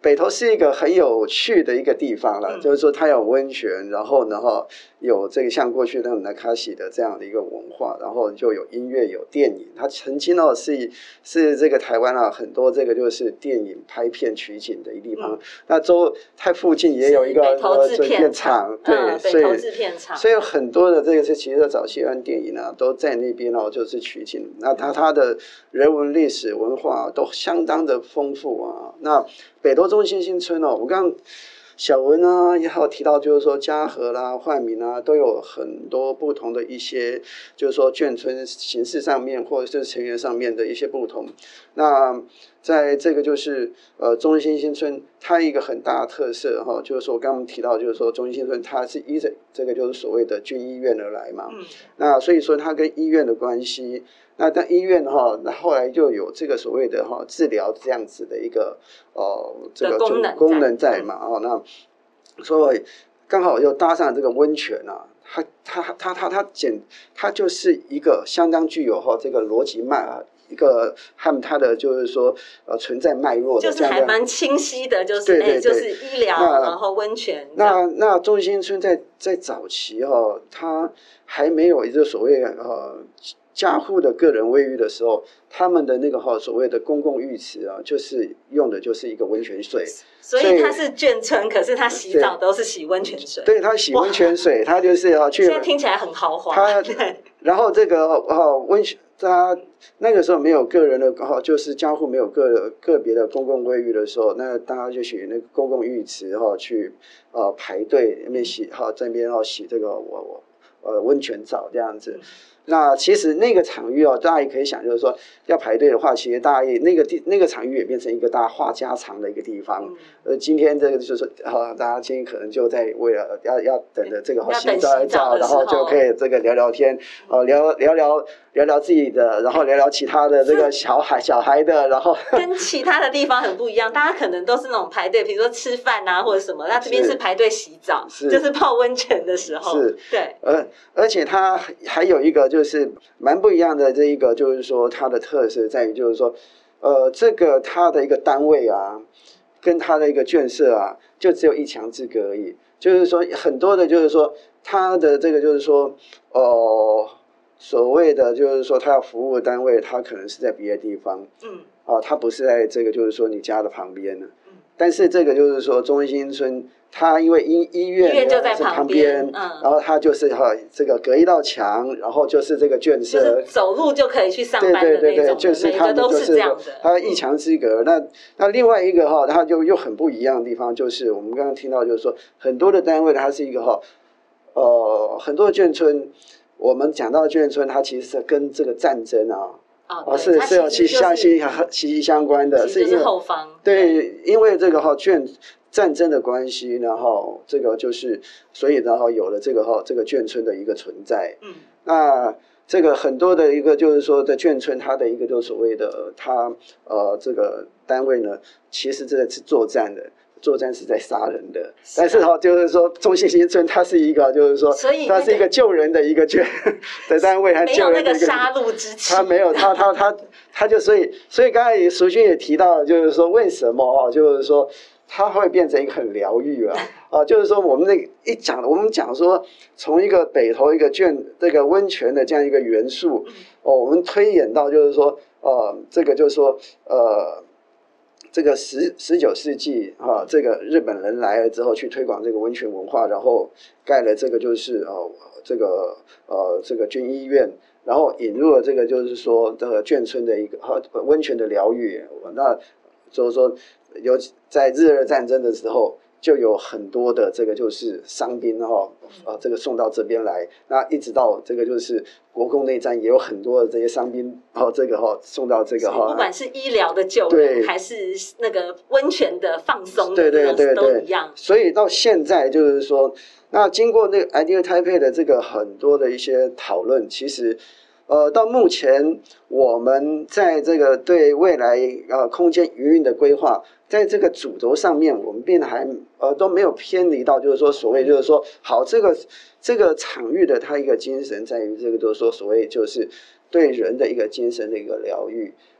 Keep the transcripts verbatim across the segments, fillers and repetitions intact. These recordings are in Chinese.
北投是一个很有趣的一个地方了，嗯、就是说它有温泉，然后呢哈有这个像过去那种Nakashi的这样的一个文化，然后就有音乐有电影。它曾经哦是是这个台湾啊很多这个就是电影拍片取景的一地方。嗯、那周它附近也有一个北投制片厂， 对， 嗯、北投制片厂， 所以很多的这个是其实早期湾电影啊都在那边哦就是取景。那它它的人文历史文化都相当的丰富啊。那北投中心新村哦，我刚刚小文呢也有提到，就是说嘉禾啦、焕民啊，都有很多不同的一些，就是说眷村形式上面或者是成员上面的一些不同。那在这个就是呃中心新村，它一个很大的特色哈、哦，就是说刚刚提到，就是说中心新村它是依着这个就是所谓的军医院而来嘛，嗯、那所以说它跟医院的关系。那但医院哈，那后来就有这个所谓的哈治疗这样子的一个呃这个功能功能在嘛哦，那所以刚好又搭上这个温泉啊，它它它它它简它就是一个相当具有哈这个逻辑脉啊。一个和它的就是说呃存在脉络的， 就是还蛮清晰的，就是对对对、 欸、就是医疗，然后温泉。 那那中心村在在早期哦，它还没有一个所谓呃家户的个人卫浴的时候，他们的那个哈、哦、所谓的公共浴池啊，就是用的就是一个温泉水。 所以它是眷村，可是它洗澡都是洗温泉水。 对，它洗温泉水，它就是啊去。 现在听起来很豪华。 它然后这个哦温泉。他那个时候没有个人的，就是家户没有个个别的公共卫浴的时候，那大家就选那个公共浴池哈去呃排队那边洗哈，在那边要洗这个我我呃温泉澡这样子。那其实那个场域哦，大家也可以想，就是说要排队的话，其实大家也那个地那个场域也变成一个大家话家常的一个地方。嗯、呃，今天这个就是啊，大家今天可能就在为了要要等着这个洗澡澡，然后就可以这个聊聊天，呃，聊聊聊聊聊自己的，然后聊聊其他的这个小孩小孩的，然后跟其他的地方很不一样，大家可能都是那种排队，比如说吃饭啊或者什么，那这边是排队洗澡，是就是泡温泉的时候， 是， 对， 而而且它还有一个就是蛮不一样的，这一个就是说它的特色在于就是说，呃，这个它的一个单位啊，跟它的一个眷舍啊，就只有一墙之隔而已。就是说很多的，就是说它的这个就是说，呃，所谓的就是说它要服务的单位，它可能是在别的地方，嗯，啊，它不是在这个就是说你家的旁边呢。嗯，但是这个就是说中心村。它因为医医院医院就在旁边，嗯，然后它就是哈这个隔一道墙，然后就是这个眷舍， 就是走路就可以去上班的那种， 对对对对，就是他们就是它一墙之隔。那那另外一个哈，它就又很不一样的地方，就是我们刚刚听到，就是说很多的单位它是一个哈，呃，很多的眷村，我们讲到眷村，它其实是跟这个战争啊。 哦， 是是有息息相息息相关的， 是因为后方对，因为这个哈眷战争的关系，然后这个就是所以然后有了这个哈这个眷村的一个存在。嗯，那这个很多的一个就是说在眷村，它的一个就所谓的它呃这个单位呢，其实这个是作战的。作战是在杀人的，但是哈、哦，就是说中心新村它是一个，就是说， 所以它是一个救人的一个眷的单位，它救人的一个。 没有那个杀戮之气。 他没有，他他他他就所以所以刚才淑君也提到，就是说为什么哦，就是说它会变成一个很疗愈啊啊，就是说我们那一讲，我们讲说从一个北投一个眷这个温泉的这样一个元素哦，我们推演到就是说呃，这个就是说呃。这个十十九世纪哈、啊，这个日本人来了之后去推广这个温泉文化，然后盖了这个就是呃这个呃这个军医院，然后引入了这个就是说这个眷村的一个和温泉的疗愈。那就是说有在日俄战争的时候，就有很多的这个就是伤兵哈啊这个送到这边来，那一直到这个就是国共内战也有很多的这些伤兵哈这个哈送到这个哈， 不管是医疗的救援还是那个温泉的放松的， 对对对对， 都一样。 所以到现在就是说，那经过那个 Ideal Taipei 的这个很多的一些讨论，其实。呃，到目前我们在这个对未来呃空间营运的规划，在这个主轴上面，我们并还呃都没有偏离到，就是说所谓就是说好这个这个场域的它一个精神在于这个就是说所谓就是对人的一个精神的一个疗愈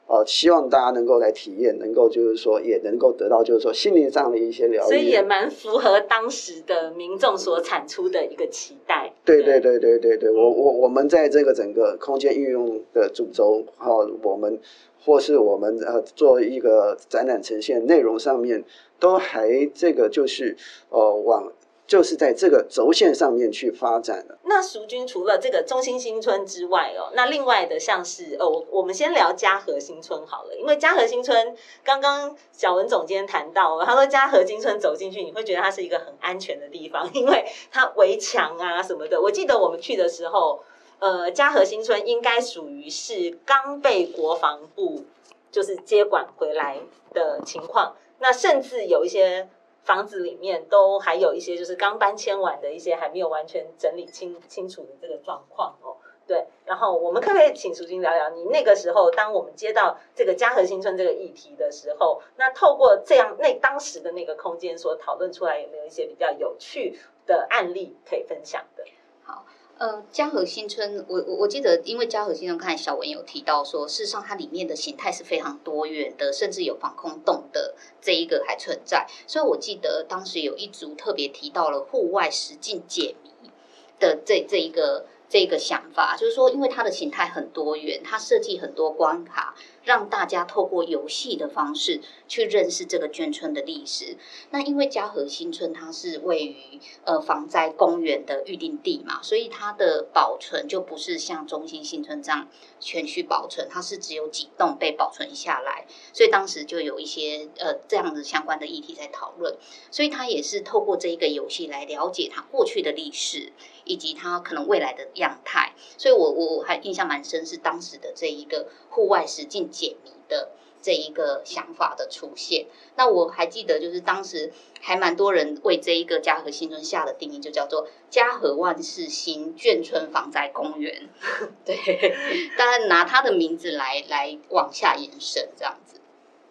呃，希望大家能够来体验，能够就是说也能够得到就是说心灵上的一些疗愈， 所以也蛮符合当时的民众所产出的一个期待。 对对对对对对，我我我们在这个整个空间运用的主轴，哈、哦，我们或是我们呃做一个展览呈现内容上面，都还这个就是呃往。就是在这个轴线上面去发展的。 那淑君除了这个中心新村之外哦，那另外的像是哦，我们先聊嘉禾新村好了，因为嘉禾新村刚刚小文总监谈到，他说嘉禾新村走进去，你会觉得它是一个很安全的地方，因为它围墙啊什么的。我记得我们去的时候，呃，嘉禾新村应该属于是刚被国防部就是接管回来的情况，那甚至有一些。房子里面都还有一些就是刚搬迁完的一些还没有完全整理清清楚的这个状况哦，对。然后我们可不可以请淑君聊聊，你那个时候当我们接到这个嘉禾新村这个议题的时候，那透过这样那当时的那个空间所讨论出来，有没有一些比较有趣的案例可以分享的？ 好。呃，嘉禾新村，我我我记得，因为嘉禾新村，刚才小文有提到说，事实上它里面的形态是非常多元的，甚至有防空洞的这一个还存在。所以我记得当时有一组特别提到了户外实境解谜的这这一个这个想法，就是说，因为它的形态很多元，它设计很多关卡，让大家透过游戏的方式去认识这个眷村的历史。那因为嘉禾新村它是位于呃防灾公园的预定地嘛，所以它的保存就不是像中心新村这样全区保存，它是只有几栋被保存下来。所以当时就有一些呃这样子相关的议题在讨论，所以它也是透过这一个游戏来了解它过去的历史，以及它可能未来的样态。所以我我还印象蛮深，是当时的这一个户外实境解谜的这一个想法的出现。那我还记得，就是当时还蛮多人为这一个嘉禾新村下的定义，就叫做嘉禾万事兴眷村防灾公园。对，当然拿它的名字来来往下延伸，这样子。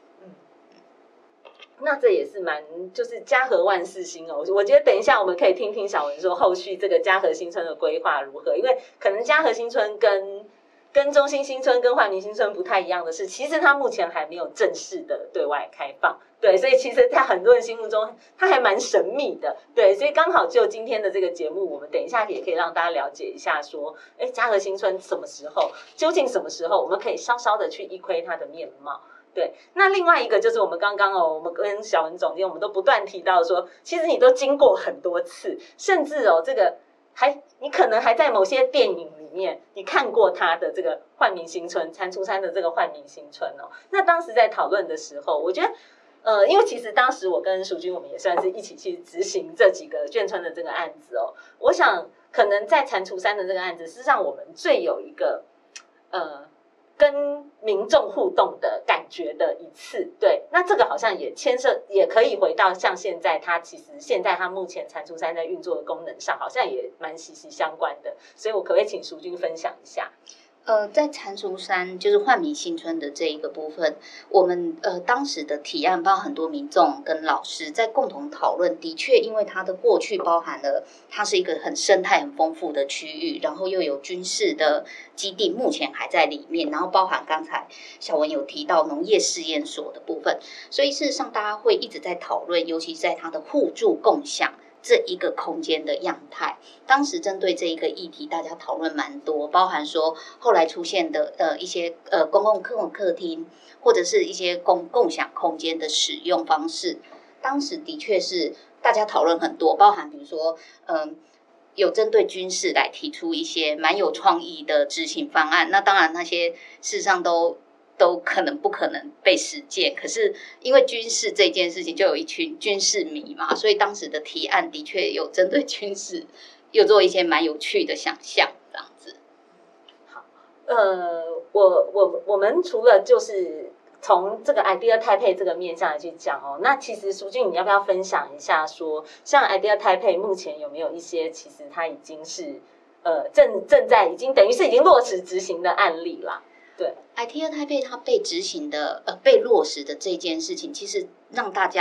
那这也是蛮就是嘉禾万事兴哦，我觉得等一下我们可以听听小文说后续这个嘉禾新村的规划如何，因为可能嘉禾新村跟跟中心新村跟焕民新村不太一样的是，其实它目前还没有正式的对外开放，对，所以其实在很多人心目中它还蛮神秘的，对，所以刚好就今天的这个节目，我们等一下也可以让大家了解一下说，哎，嘉禾新村什么时候，究竟什么时候，我们可以稍稍的去一窥它的面貌。对，那另外一个就是我们刚刚哦，我们跟小文总监，我们都不断提到说，其实你都经过很多次，甚至哦，这个还你可能还在某些电影里面，你看过他的这个焕民新村，蟾蜍山的这个焕民新村哦。那当时在讨论的时候，我觉得，呃，因为其实当时我跟淑君，我们也算是一起去执行这几个眷村的这个案子哦。我想，可能在蟾蜍山的这个案子，是让我们最有一个，呃。跟民众互动的感觉的一次，对，那这个好像也牵涉，也可以回到像现在它其实现在它目前蟾蜍山在运作的功能上，好像也蛮息息相关的，所以我可不可以请淑君分享一下？ 呃，在蟾蜍山就是焕民新村的这一个部分，我们呃当时的提案包括很多民众跟老师在共同讨论，的确因为它的过去包含了它是一个很生态很丰富的区域，然后又有军事的基地目前还在里面，然后包含刚才小文有提到农业试验所的部分，所以事实上大家会一直在讨论，尤其是在它的互助共享这一个空间的样态。当时针对这一个议题，大家讨论蛮多，包含说后来出现的呃一些呃公共客客厅，或者是一些共共享空间的使用方式。当时的确是大家讨论很多，包含比如说嗯、呃、有针对军事来提出一些蛮有创意的执行方案。那当然那些事实上都都可能不可能被实践，可是因为军事这件事情就有一群军事迷嘛，所以当时的提案的确有针对军事又做一些蛮有趣的想象这样子。 好，呃，我我我们除了就是从这个 Idea Taipei 这个面向来去讲哦，那其实淑君你要不要分享一下说，像 Idea Taipei 目前有没有一些其实它已经是呃正正在已经等于是已经落实执行的案例啦？对 ，Idea Taipei 它被执行的呃被落实的这件事情，其实让大家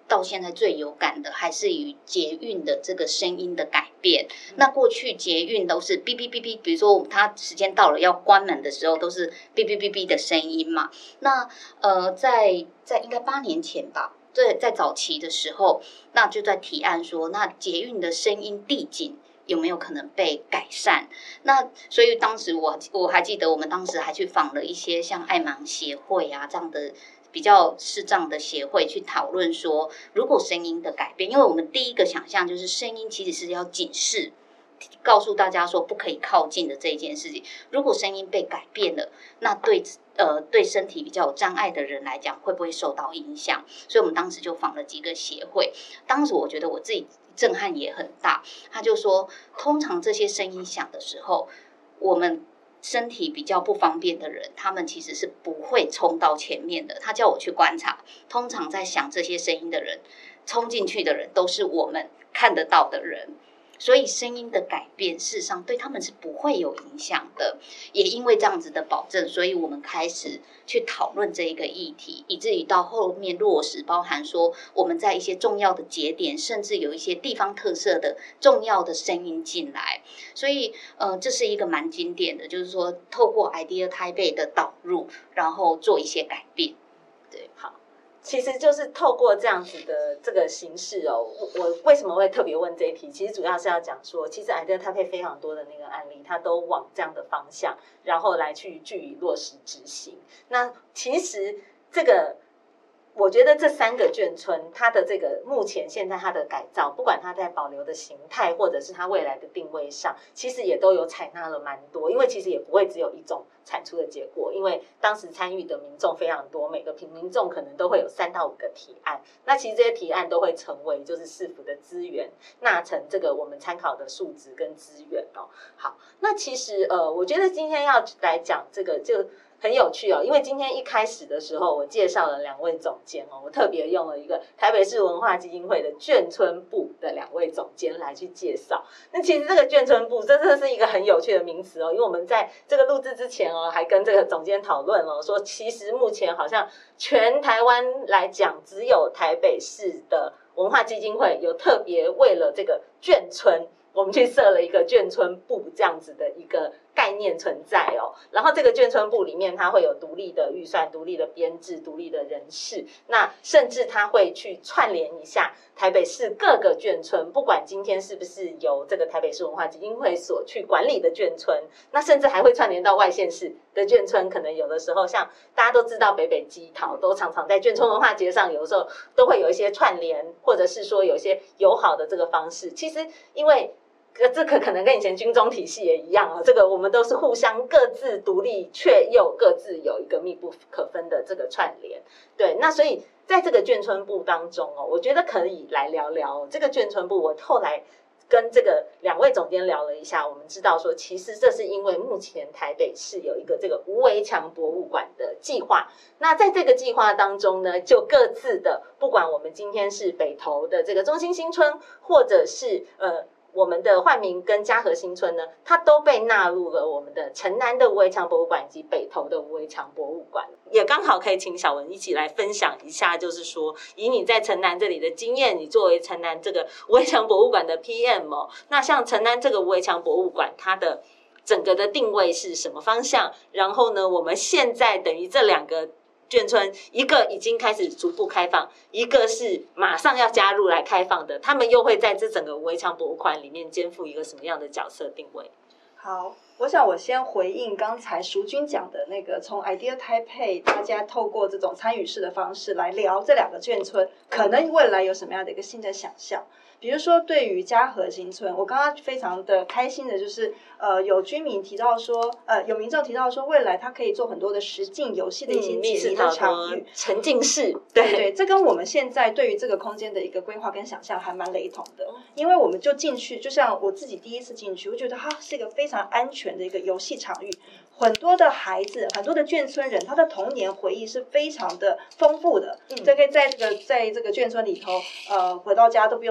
到现在最有感的还是与捷运的这个声音的改变。那过去捷运都是哔哔哔哔，比如说它时间到了要关门的时候，都是哔哔哔哔的声音嘛。那呃，在在应该八年前吧。在在早期的时候，那就在提案说，那捷运的声音地景有没有可能被改善？那所以当时我我还记得，我们当时还去访了一些像爱盲协会啊这样的比较视障的协会去讨论说，如果声音的改变，因为我们第一个想象就是声音其实是要警示，告诉大家说不可以靠近的这一件事情。如果声音被改变了，那对呃对身体比较有障碍的人来讲，会不会受到影响？所以我们当时就访了几个协会。当时我觉得我自己震撼也很大。他就说，通常这些声音响的时候，我们身体比较不方便的人，他们其实是不会冲到前面的。他叫我去观察，通常在响这些声音的人，冲进去的人都是我们看得到的人。所以声音的改变事实上对他们是不会有影响的。也因为这样子的保证，所以我们开始去讨论这一个议题，以至于到后面落实，包含说我们在一些重要的节点，甚至有一些地方特色的重要的声音进来。所以呃，这是一个蛮经典的，就是说透过 Idea Taipei 的导入，然后做一些改变。对， 好。其实就是透过这样子的这个形式哦，我我为什么会特别问这一题？其实主要是要讲说，其实 Idea Taipei非常多的那个案例，它都往这样的方向，然后来去据以落实执行。那其实这个。我觉得这三个眷村，它的这个目前现在它的改造，不管它在保留的形态，或者是它未来的定位上，其实也都有采纳了蛮多。因为其实也不会只有一种产出的结果，因为当时参与的民众非常多，每个平民众可能都会有三到五个提案。那其实这些提案都会成为就是市府的资源，纳成这个我们参考的数值跟资源哦。好，那其实呃，我觉得今天要来讲这个就。很有趣哦，因为今天一开始的时候，我介绍了两位总监哦，我特别用了一个台北市文化基金会的眷村部的两位总监来去介绍。那其实这个眷村部，这真的是一个很有趣的名词哦，因为我们在这个录制之前哦，还跟这个总监讨论哦，说其实目前好像全台湾来讲，只有台北市的文化基金会有特别为了这个眷村。我们去设了一个眷村部这样子的一个概念存在哦，然后这个眷村部里面它会有独立的预算、独立的编制、独立的人事，那甚至它会去串联一下台北市各个眷村，不管今天是不是由这个台北市文化基金会所去管理的眷村，那甚至还会串联到外县市的眷村，可能有的时候像大家都知道北北基桃都常常在眷村文化节上，有的时候都会有一些串联，或者是说有一些友好的这个方式。其实因为这个可能跟以前军中体系也一样啊，这个我们都是互相各自独立，却又各自有一个密不可分的这个串联。对，那所以在这个眷村部当中哦，我觉得可以来聊聊这个眷村部。我后来跟这个两位总监聊了一下，我们知道说，其实这是因为目前台北市有一个这个无围墙博物馆的计划。那在这个计划当中呢，就各自的，不管我们今天是北投的这个中心新村，或者是呃。我们的焕民跟嘉禾新村呢，它都被纳入了我们的城南的无围墙博物馆以及北投的无围墙博物馆。也刚好可以请小文一起来分享一下，就是说以你在城南这里的经验，你作为城南这个无围墙博物馆的 P M 哦，那像城南这个无围墙博物馆，它的整个的定位是什么方向？然后呢，我们现在等于这两个眷村，一个已经开始逐步开放，一个是马上要加入来开放的，他们又会在这整个无围墙博物馆里面肩负一个什么样的角色定位？ 好，我想我先回应刚才淑君讲的那个，从 Idea Taipei 大家透过这种参与式的方式来聊这两个眷村，可能未来有什么样的一个新的想象。比如说对于嘉禾新村，我刚刚非常的开心的就是呃有居民提到说呃有民众提到说未来它可以做很多的实境游戏的一些解谜的场域、嗯、 沉浸式，对对，这跟我们现在对于这个空间的一个规划跟想象还蛮雷同的。因为我们就进去，就像我自己第一次进去，我觉得它是一个非常安全的一个游戏场域，很多的孩子，很多的眷村人，他的童年回忆是非常的丰富的，这、嗯、可以在这个在这个眷村里头，呃，回到家都不用担心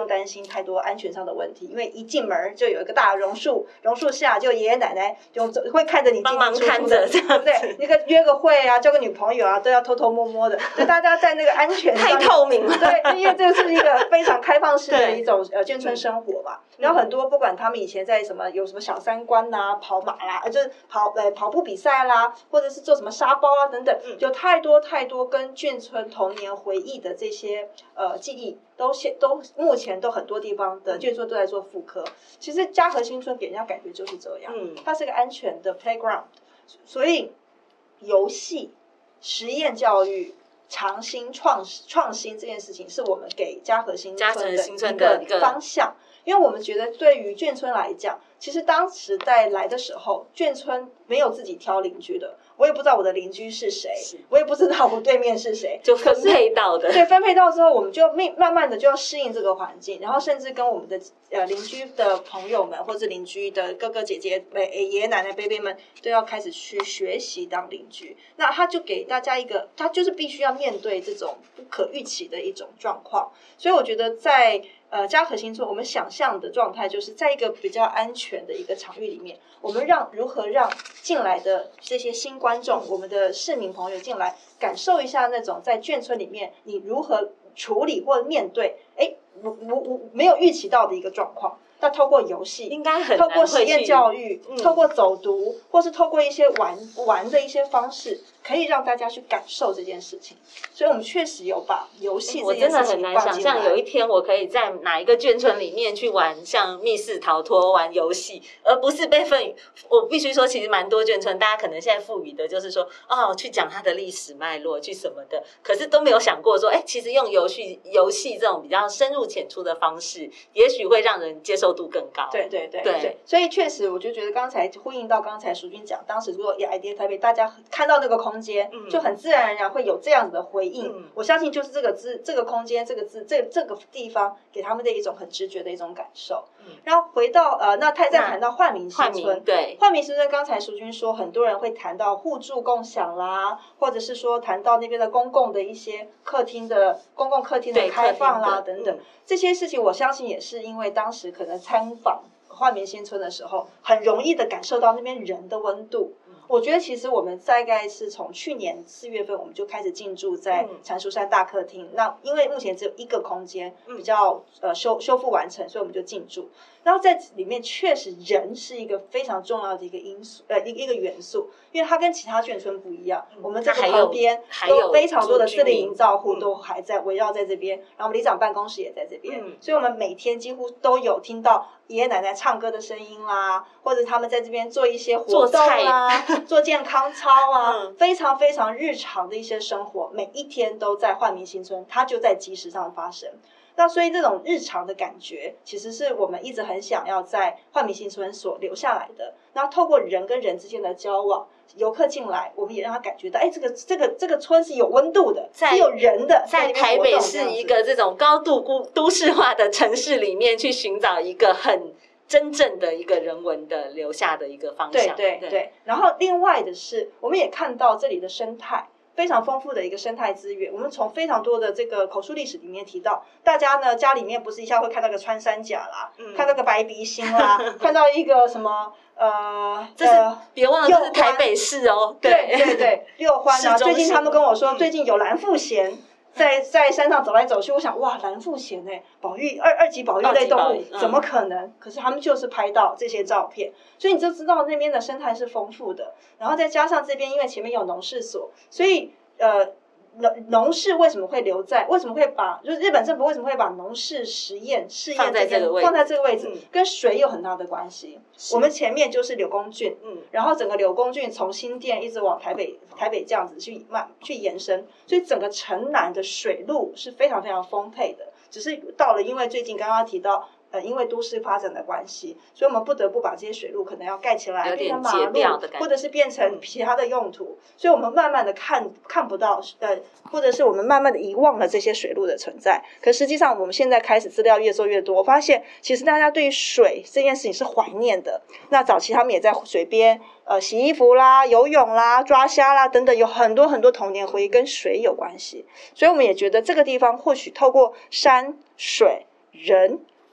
太多安全上的问题，因为一进门就有一个大榕树，榕树下就爷爷奶奶就会看着你进进出出的，对不对？那个约个会啊，交个女朋友啊，都要偷偷摸摸的，所以大家在那个安全上太透明了。 对，因为这是一个非常开放式的一种呃眷村生活嘛。然后很多不管他们以前在什么有什么小三关啦、跑马啦，呃就是跑呃跑步比赛啦，或者是做什么沙包啊等等，有太多太多跟眷村童年回忆的这些呃记忆，都现都目前都很多地方的眷村都在做复刻。其实嘉禾新村给人家感觉就是这样，嗯，它是个安全的 playground， 所以游戏、实验教育、创新创创新这件事情，是我们给嘉禾新村的一个方向。因为我们觉得对于眷村来讲，其实当时在来的时候，眷村没有自己挑邻居的，我也不知道我的邻居是谁，我也不知道我对面是谁， 就分配到的。 对，分配到之后，我们就慢慢的就要适应这个环境，然后甚至跟我们的呃邻居的朋友们，或者邻居的哥哥姐姐、爷爷奶奶、伯伯们，都要开始去学习当邻居。那他就给大家一个，他就是必须要面对这种不可预期的一种状况。所以我觉得在呃嘉禾新村，我们想象的状态就是在一个比较安全的一个场域里面，我们让如何让进来的这些新观众，我们的市民朋友进来感受一下那种在眷村里面你如何处理或面对哎我我我没有预期到的一个状况。那透过游戏， 应该很透过实验教育、 嗯、 透过走读，或是透过一些玩玩的一些方式，可以让大家去感受这件事情。所以我们确实有把游戏这件事情放进来。我真的很难想象有一天我可以在哪一个眷村里面去玩像密室逃脱、玩游戏，而不是被分。我必须说，其实蛮多眷村，大家可能现在赋予的就是说，哦，去讲它的历史脉络，去什么的，可是都没有想过说，哎，其实用游戏游戏这种比较深入浅出的方式，也许会让人接受度更高。 对对 对, 对, 对，所以确实我就觉得刚才呼应到刚才淑君讲，当时如果以 Idea Taipei 大家看到那个空间、嗯、就很自然而然会有这样子的回应、嗯、我相信就是这个字这个空间这个字这这个地方给他们的一种很直觉的一种感受、嗯、然后回到呃那再谈到煥民新村， 对煥民新村刚才淑君说很多人会谈到互助共享啦，或者是说谈到那边的公共的一些客厅的公共客厅的开放啦等等、嗯、这些事情我相信也是因为当时可能参访煥民新村的时候很容易的感受到那边人的温度、嗯、我觉得其实我们大概是从去年四月份我们就开始进驻在蟾蜍山大客厅、嗯、那因为目前只有一个空间比较、嗯、呃修修复完成，所以我们就进驻，然后在里面确实人是一个非常重要的一个因素呃一一个元素，因为它跟其他眷村不一样、嗯、我们这个旁边有非常多的私立营造户都还在围绕在这边、嗯、然后我们里长办公室也在这边、嗯、所以我们每天几乎都有听到爷爷奶奶唱歌的声音啦，或者他们在这边做一些活动啦， 做, 做健康操啊、嗯、非常非常日常的一些生活，每一天都在煥民新村，它就在即时上发生。那所以这种日常的感觉其实是我们一直很想要在煥民新村所留下来的，然后透过人跟人之间的交往，游客进来我们也让他感觉到哎，这个这个这个村是有温度的，是有人的， 在台北是一个这种高度都市化的城市里面去寻找一个很真正的一个人文的留下的一个方向。 对对 对, 对。然后另外的是我们也看到这里的生态非常丰富的一个生态资源，我们从非常多的这个口述历史里面提到，大家呢家里面不是一下会看到个穿山甲啦、嗯、看到个白鼻星啦看到一个什么呃， 这是别忘了这是台北市哦， 对对对，六欢啊，最近他们跟我说、嗯、最近有蓝腹鹇在在山上走来走去，我想哇，蓝腹鹇哎，保育二二级保育类动物、嗯、怎么可能？可是他们就是拍到这些照片，所以你就知道那边的生态是丰富的。然后再加上这边因为前面有农事所，所以呃。农农事为什么会留在？为什么会把就是日本政府为什么会把农事实验试验这边放在这个位置？嗯、跟水有很大的关系。我们前面就是柳公郡，嗯，然后整个柳公郡从新店一直往台北台北这样子去慢去延伸，所以整个城南的水路是非常非常丰沛的。只是到了，因为最近刚刚提到。呃，因为都市发展的关系，所以我们不得不把这些水路可能要盖起来，变成马路，或者是变成其他的用途。嗯、所以我们慢慢的看看不到，呃，或者是我们慢慢的遗忘了这些水路的存在。可实际上，我们现在开始资料越做越多，我发现其实大家对于水这件事情是怀念的。那早期他们也在水边呃洗衣服啦、游泳啦、抓虾啦等等，有很多很多童年回忆跟水有关系。所以我们也觉得这个地方或许透过山水人。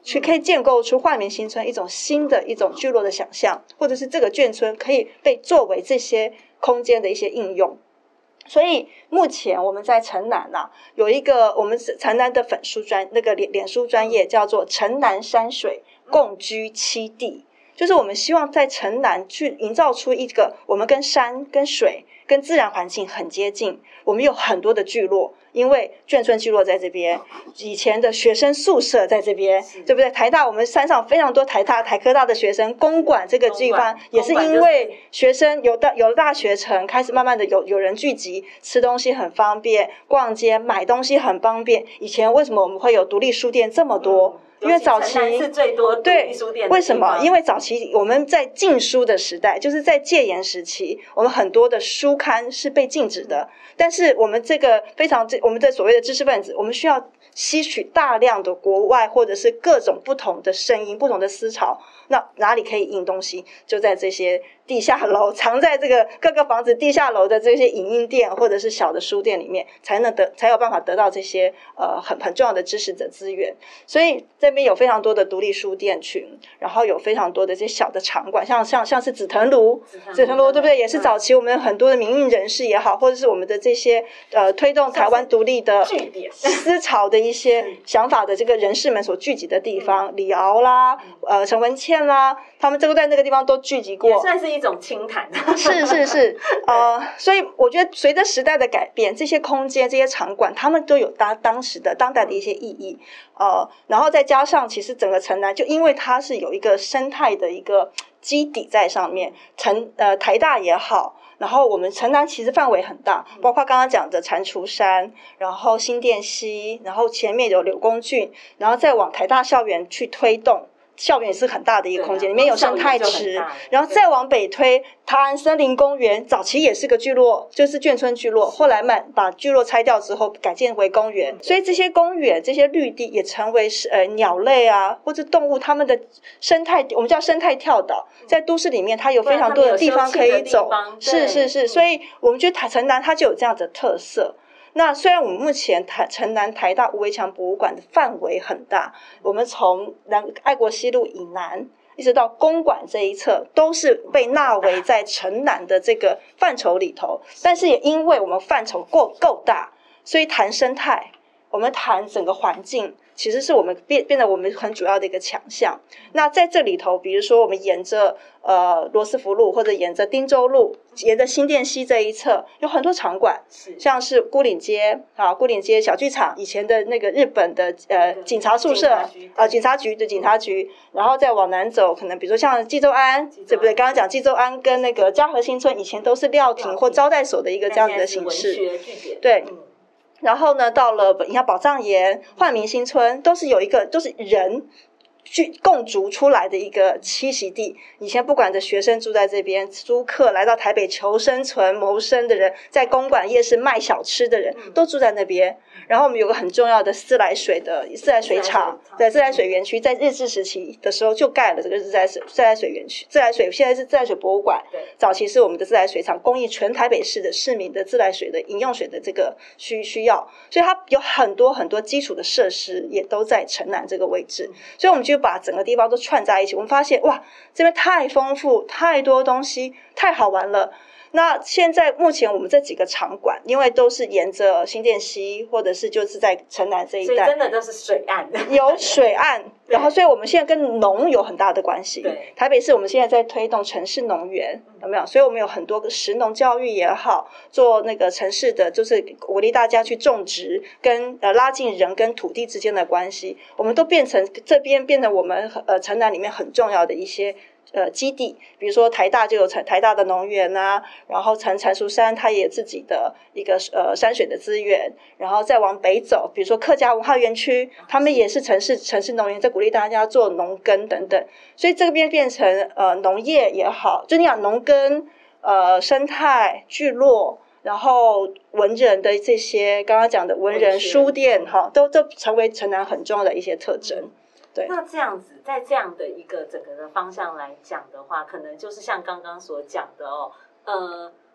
去可以建构出煥民新村一种新的一种聚落的想象，或者是这个眷村可以被作为这些空间的一些应用。所以目前我们在城南啊，有一个我们城南的粉书专那个脸脸书专业叫做城南山水共居栖地，就是我们希望在城南去营造出一个我们跟山跟水跟自然环境很接近，我们有很多的聚落，因为眷村聚落在这边，以前的学生宿舍在这边，对不对？台大我们山上非常多台大台科大的学生，公馆这个地方也是因为学生有的有了大学城，开始慢慢的有有人聚集，吃东西很方便，逛街买东西很方便。以前为什么我们会有独立书店这么多？因为早期是最多独立书店的地方。 对，为什么？因为早期我们在禁书的时代，就是在戒严时期，我们很多的书刊是被禁止的。但是我们这个非常我们的所谓的知识分子，我们需要吸取大量的国外或者是各种不同的声音、不同的思潮。那哪里可以印东西？就在这些地下楼，藏在这个各个房子地下楼的这些影印店或者是小的书店里面，才能得才有办法得到这些呃很很重要的知识的资源。所以这边有非常多的独立书店群，然后有非常多的这些小的场馆，像像像是紫藤庐，紫藤庐对不对？也是早期我们很多的民运人士也好，或者是我们的这些呃推动台湾独立的思潮的一些想法的这个人士们所聚集的地方，李敖啦，呃陈文茜啦，他们这个在那个地方都聚集过， 也算是一种清谈。 是是是，呃，所以我觉得随着时代的改变，这些空间、这些场馆，他们都有当当时的当代的一些意义，呃，然后再加上其实整个城南，就因为它是有一个生态的一个基底在上面，城呃台大也好。然后我们城南其实范围很大，包括刚刚讲的蟾蜍山，然后新店溪，然后前面有柳公圳，然后再往台大校园去推动。校园也是很大的一个空间，里面有生态池，然后再往北推台安森林公园，早期也是个聚落，就是眷村聚落，后来慢把聚落拆掉之后改建为公园，所以这些公园这些绿地也成为呃鸟类啊或者动物它们的生态，我们叫生态跳岛，在都市里面它有非常多的地方可以走，是是是，所以我们觉得城南它就有这样的特色。那虽然我们目前台城南台大吴围墙博物馆的范围很大，我们从南爱国西路以南一直到公馆这一侧都是被纳为在城南的这个范畴里头，但是也因为我们范畴够够大，所以谈生态，我们谈整个环境，其实是我们变变得我们很主要的一个强项。那在这里头，比如说我们沿着呃罗斯福路或者沿着汀州路，沿着新店溪这一侧有很多场馆，像是牯岭街啊，牯岭街小剧场，以前的那个日本的呃警察宿舍啊，警察局的警察局，然后再往南走，可能比如说像济州安，对不对？刚刚讲济州安跟那个嘉禾新村以前都是料亭或招待所的一个这样子的形式，对。然后呢，到了你看宝藏岩、煥民新村，都是有一个，都是人去共筑出来的一个栖息地。以前不管的学生住在这边，租客来到台北求生存谋生的人，在公馆夜市卖小吃的人都住在那边。然后我们有个很重要的自来水的自来水厂，在自来水园区，在日治时期的时候就盖了这个自来水自来水园区。自来水现在是自来水博物馆，早期是我们的自来水厂，供应全台北市的市民的自来水的饮用水的这个需需要，所以它有很多很多基础的设施也都在城南这个位置，所以我们就把整个地方都串在一起。我们发现哇，这边太丰富，太多东西，太好玩了。那现在目前我们这几个场馆，因为都是沿着新店溪，或者是就是在城南这一带， 所以真的都是水岸， 有水岸，然后所以我们现在跟农有很大的关系。台北市我们现在在推动城市农园，有没有？所以我们有很多个食农教育也好，做那个城市的就是鼓励大家去种植，跟呃拉近人跟土地之间的关系，我们都变成这边变成我们呃城南里面很重要的一些。呃，基地，比如说台大就有台大的农园啊，然后蟾蟾蜍山它也有自己的一个呃山水的资源，然后再往北走，比如说客家文化园区，他们也是城市城市农园，在鼓励大家做农耕等等，所以这边变成呃农业也好，就你讲农耕、呃生态聚落，然后文人的这些刚刚讲的文人书店哈，都都成为城南很重要的一些特征。对， 那这样子，在这样的一个整个的方向来讲的话，可能就是像刚刚所讲的哦，呃，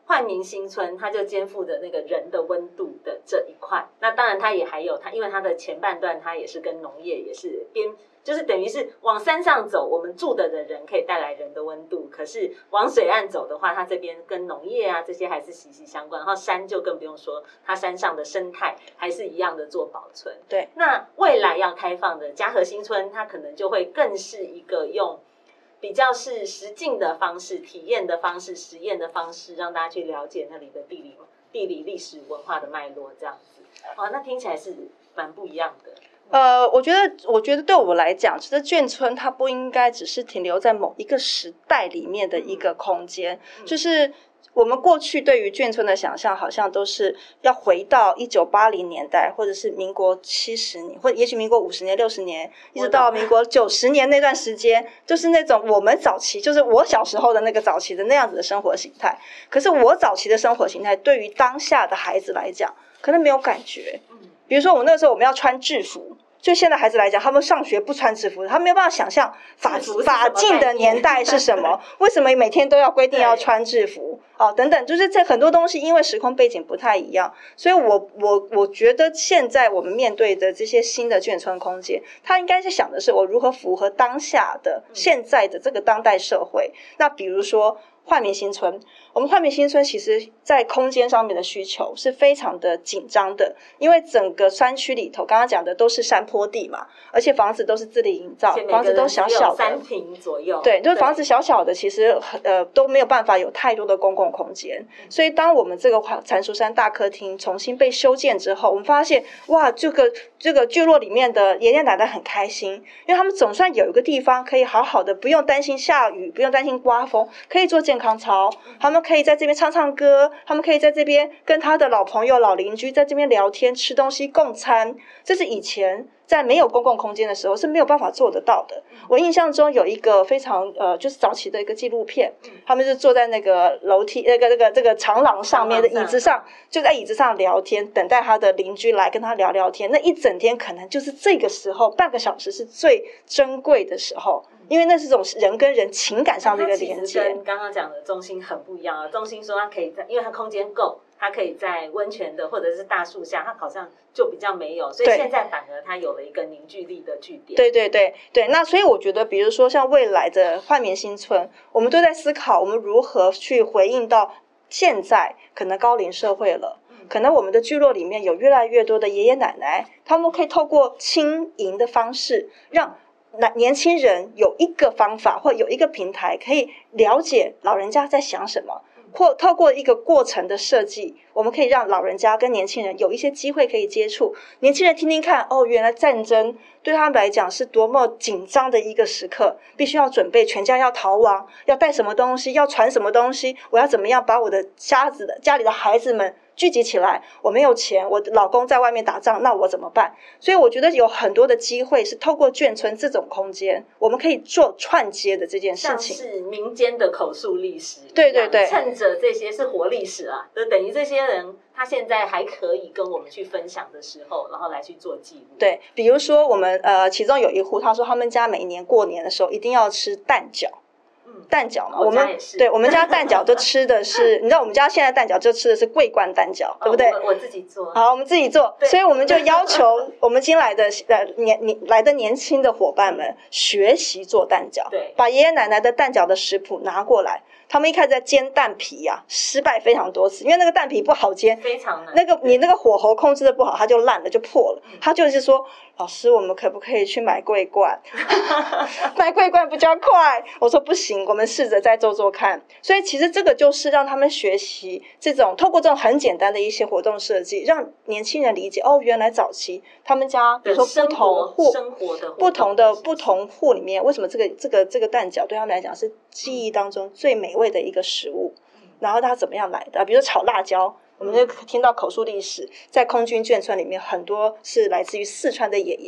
煥民新村它就肩负着那个人的温度的这一块，那当然它也还有它，因为它的前半段它也是跟农业也是边，就是等于是往山上走，我们住的的人可以带来人的温度，可是往水岸走的话，它这边跟农业啊这些还是息息相关，然后山就更不用说，它山上的生态还是一样的做保存。 对， 那未来要开放的嘉禾新村，它可能就会更是一个用比较是实境的方式、体验的方式、实验的方式，让大家去了解那里的地理、地理、历史、文化的脉络，这样子。哦，那听起来是蛮不一样的。 呃，我觉得，我觉得对我来讲，其实眷村它不应该只是停留在某一个时代里面的一个空间，嗯、就是我们过去对于眷村的想象，好像都是要回到一九八零年代，或者是民国七十年，或者也许民国五十年、六十年，一直到民国九十年那段时间，就是那种我们早期，就是我小时候的那个早期的那样子的生活形态。可是我早期的生活形态，对于当下的孩子来讲，可能没有感觉。比如说我那个时候我们要穿制服，就现在孩子来讲，他们上学不穿制服，他没有办法想象法法禁的年代是什么，为什么每天都要规定要穿制服哦，等等，就是这很多东西因为时空背景不太一样，所以我我我觉得现在我们面对的这些新的眷村空间，他应该是想的是我如何符合当下的现在的这个当代社会。那比如说煥民新村，我们煥民新村其实在空间上面的需求是非常的紧张的，因为整个山区里头刚刚讲的都是山坡地嘛，而且房子都是自力营造，房子都小小的， 三坪左右， 对，就是房子小小的，其实呃都没有办法有太多的公共空间。所以当我们这个蟾蜍山大客厅重新被修建之后，我们发现哇，这个这个聚落里面的爷爷奶奶很开心，因为他们总算有一个地方可以好好的，不用担心下雨，不用担心刮风，可以做健康操，他们可以在这边唱唱歌，他们可以在这边跟他的老朋友老邻居在这边聊天吃东西共餐，这是以前在没有公共空间的时候是没有办法做得到的。我印象中有一个非常呃，就是早期的一个纪录片，他们是坐在那个楼梯那个那个这个长廊上面的椅子上，就在椅子上聊天，等待他的邻居来跟他聊聊天。那一整天可能就是这个时候半个小时是最珍贵的时候，因为那是这种人跟人情感上的一个连接。 跟刚刚讲的中心很不一样啊。中心说它可以在，因为它空间够，它可以在温泉的或者是大树下，它好像就比较没有，所以现在反而它有了一个凝聚力的据点。 对对对对，那所以我觉得比如说像未来的煥民新村，我们都在思考我们如何去回应到现在可能高龄社会了，可能我们的聚落里面有越来越多的爷爷奶奶，他们可以透过轻盈的方式让年轻人有一个方法或有一个平台可以了解老人家在想什么，或透过一个过程的设计，我们可以让老人家跟年轻人有一些机会可以接触，年轻人听听看，哦，原来战争对他们来讲是多么紧张的一个时刻，必须要准备全家要逃亡，要带什么东西，要传什么东西，我要怎么样把我的家子的家里的孩子们聚集起来，我没有钱，我的老公在外面打仗，那我怎么办？所以我觉得有很多的机会是透过眷村这种空间，我们可以做串接的这件事情， 像是民间的口述历史， 对对对， 趁着这些是活历史啊，就等于这些人他现在还可以跟我们去分享的时候，然后来去做记录。 对，比如说我们呃，其中有一户他说他们家每年过年的时候一定要吃蛋饺。蛋饺嘛，我们对我们家蛋饺都吃的是，你知道我们家现在蛋饺就吃的是桂冠蛋饺，对不对？ 我, 我自己做。 好，我们自己做，所以我们就要求我们新来的呃年年来的年轻的伙伴们学习做蛋饺， 对， 把爷爷奶奶的蛋饺的食谱拿过来。他们一开始在煎蛋皮啊，失败非常多次，因为那个蛋皮不好煎， 非常难。 那个你那个火候控制的不好，它就烂了，就破了。他就是说，老师，我们可不可以去买桂冠？买桂冠比较快。我说不行，我们试着再做做看。所以其实这个就是让他们学习这种，透过这种很简单的一些活动设计，让年轻人理解哦，原来早期他们家，比如说不同户、 生活的不同的不同户里面，为什么这个这个这个蛋饺对他们来讲是记忆当中最美味的一个食物，然后它怎么样来的？比如说炒辣椒，我们就听到口述历史，在空军眷村里面很多是来自于四川的爷爷，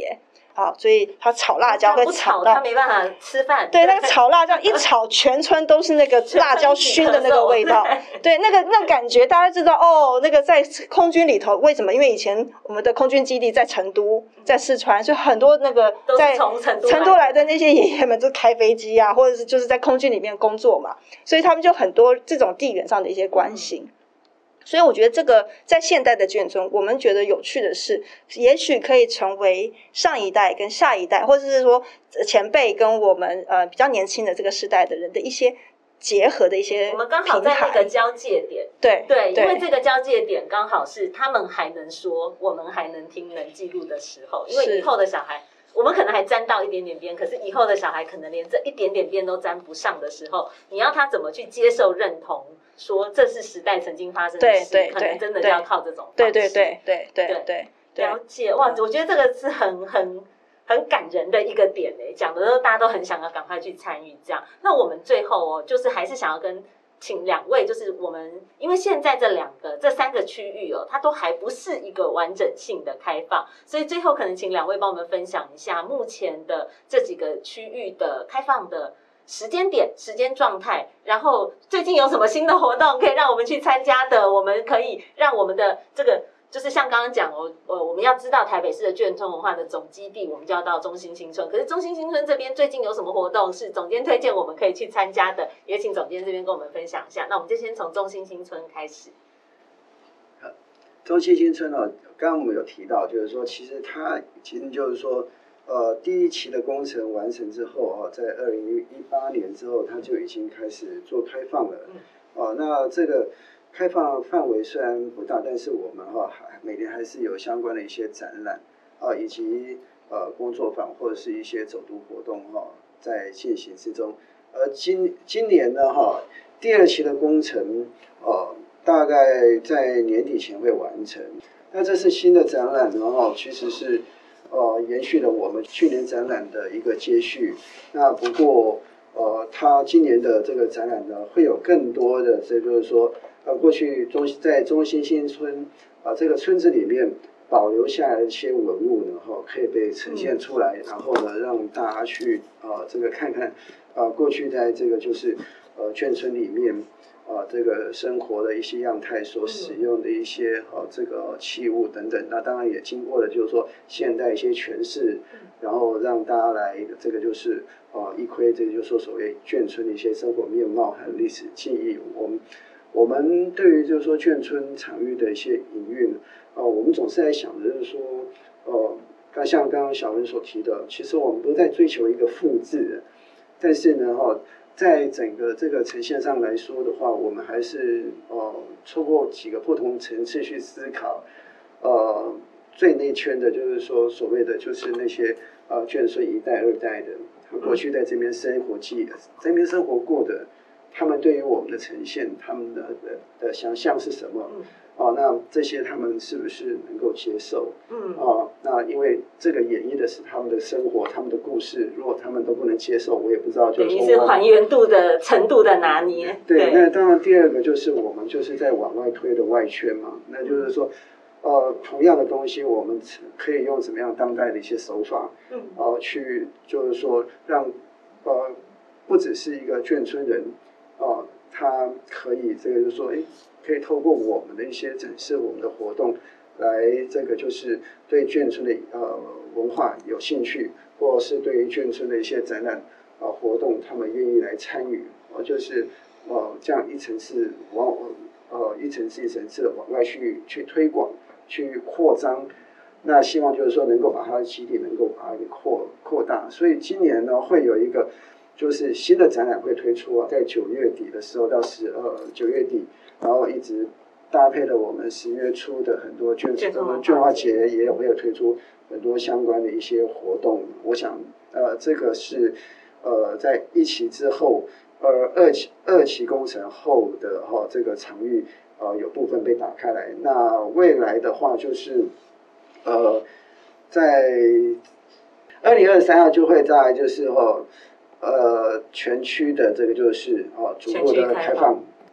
好，所以他炒辣椒会炒到他没办法吃饭。 对，那个炒辣椒一炒，全村都是那个辣椒熏的那个味道。对，那个那感觉大家知道哦。那个在空军里头，为什么？因为以前我们的空军基地在成都，在四川，所以很多那个在成都来的那些爷爷们就开飞机啊，或者是就是在空军里面工作嘛，所以他们就很多这种地缘上的一些关系。嗯，所以我觉得这个在现代的眷村，我们觉得有趣的是，也许可以成为上一代跟下一代，或者是说前辈跟我们呃比较年轻的这个世代的人的一些结合的一些平台。 我们刚好在那个交界点， 对对，因为这个交界点刚好是他们还能说，我们还能听、能记录的时候，因为以后的小孩。我们可能还沾到一点点边，可是以后的小孩可能连这一点点边都沾不上的时候，你要他怎么去接受、认同，说这是时代曾经发生的事， 对对对， 可能真的就要靠这种方式。 对对对对对对对， 了解。哇，我觉得这个是很很很感人的一个点诶，讲的都大家都很想要赶快去参与这样。那我们最后哦，就是还是想要跟。请两位，就是我们，因为现在这两个、这三个区域哦，它都还不是一个完整性的开放，所以最后可能请两位帮我们分享一下目前的这几个区域的开放的时间点、时间状态，然后最近有什么新的活动可以让我们去参加的，我们可以让我们的这个。就是像刚刚讲哦，呃，我们要知道台北市的眷村文化的总基地，我们就要到中心新村。可是中心新村这边最近有什么活动是总监推荐我们可以去参加的？也请总监这边跟我们分享一下。那我们就先从中心新村开始。 中心新村哦，刚刚我们有提到，就是说，其实它其实就是说，呃，第一期的工程完成之后啊，在二零一八年之后，它就已经开始做开放了。嗯。哦，那这个。开放范围虽然不大，但是我们哈还每年还是有相关的一些展览啊，以及呃工作坊或者是一些走读活动哈在进行之中。而今今年呢哈，第二期的工程呃大概在年底前会完成。那这是新的展览呢哈，其实是呃延续了我们去年展览的一个接续。那不过呃，它今年的这个展览呢，会有更多的，这就是说。呃，过去中在中心新村啊、呃、这个村子里面保留下来的一些文物呢，哈、哦，可以被呈现出来，然后呢，让大家去啊、呃、这个看看啊、呃、过去在这个就是呃眷村里面啊、呃、这个生活的一些样态所使用的一些啊、呃、这个器物等等，那当然也经过了就是说现代一些诠释，然后让大家来这个就是啊、呃、一窥这就是说所谓眷村的一些生活面貌和历史记忆，我们。我们对于就是说眷村场域的一些营运，呃，我们总是在想的就是说，呃，刚像刚刚小文所提的，其实我们都在追求一个复制，但是呢，哈、哦，在整个这个呈现上来说的话，我们还是呃，透过几个不同层次去思考，呃，最内圈的就是说所谓的就是那些呃眷村一代二代的，他过去在这边生活记，在这边生活过的。他们对于我们的呈现，他们的的的想象是什么？嗯，哦，那这些他们是不是能够接受？嗯，哦，那因为这个演绎的是他们的生活，他们的故事，如果他们都不能接受，我也不知道就是说。 等于是还原度的程度的拿捏。 对，那当然第二个就是我们就是在往外推的外圈嘛，那就是说，呃，同样的东西，我们可以用什么样当代的一些手法，嗯，哦、呃，去就是说让呃不只是一个眷村人。哦，他可以这个就是说，哎，可以透过我们的一些展示，我们的活动，来这个就是对眷村的呃文化有兴趣，或者是对于眷村的一些展览啊、呃、活动，他们愿意来参与，哦，就是呃这样一层次往呃一层次一层次的往外去去推广，去扩张。那希望就是说能够把它的基地能够把它给扩扩大，所以今年呢会有一个。就是新的展览会推出啊，在九月底的时候到十呃九月底，然后一直搭配了我们十月初的很多眷村眷化节，也有会有推出很多相关的一些活动。我想呃这个是呃在一期之后，呃二期二期工程后的哈、哦、这个场域呃有部分被打开来。那未来的话就是呃在二零二三啊就会在就是哈。呃，全区的这个就是哦，逐步的开放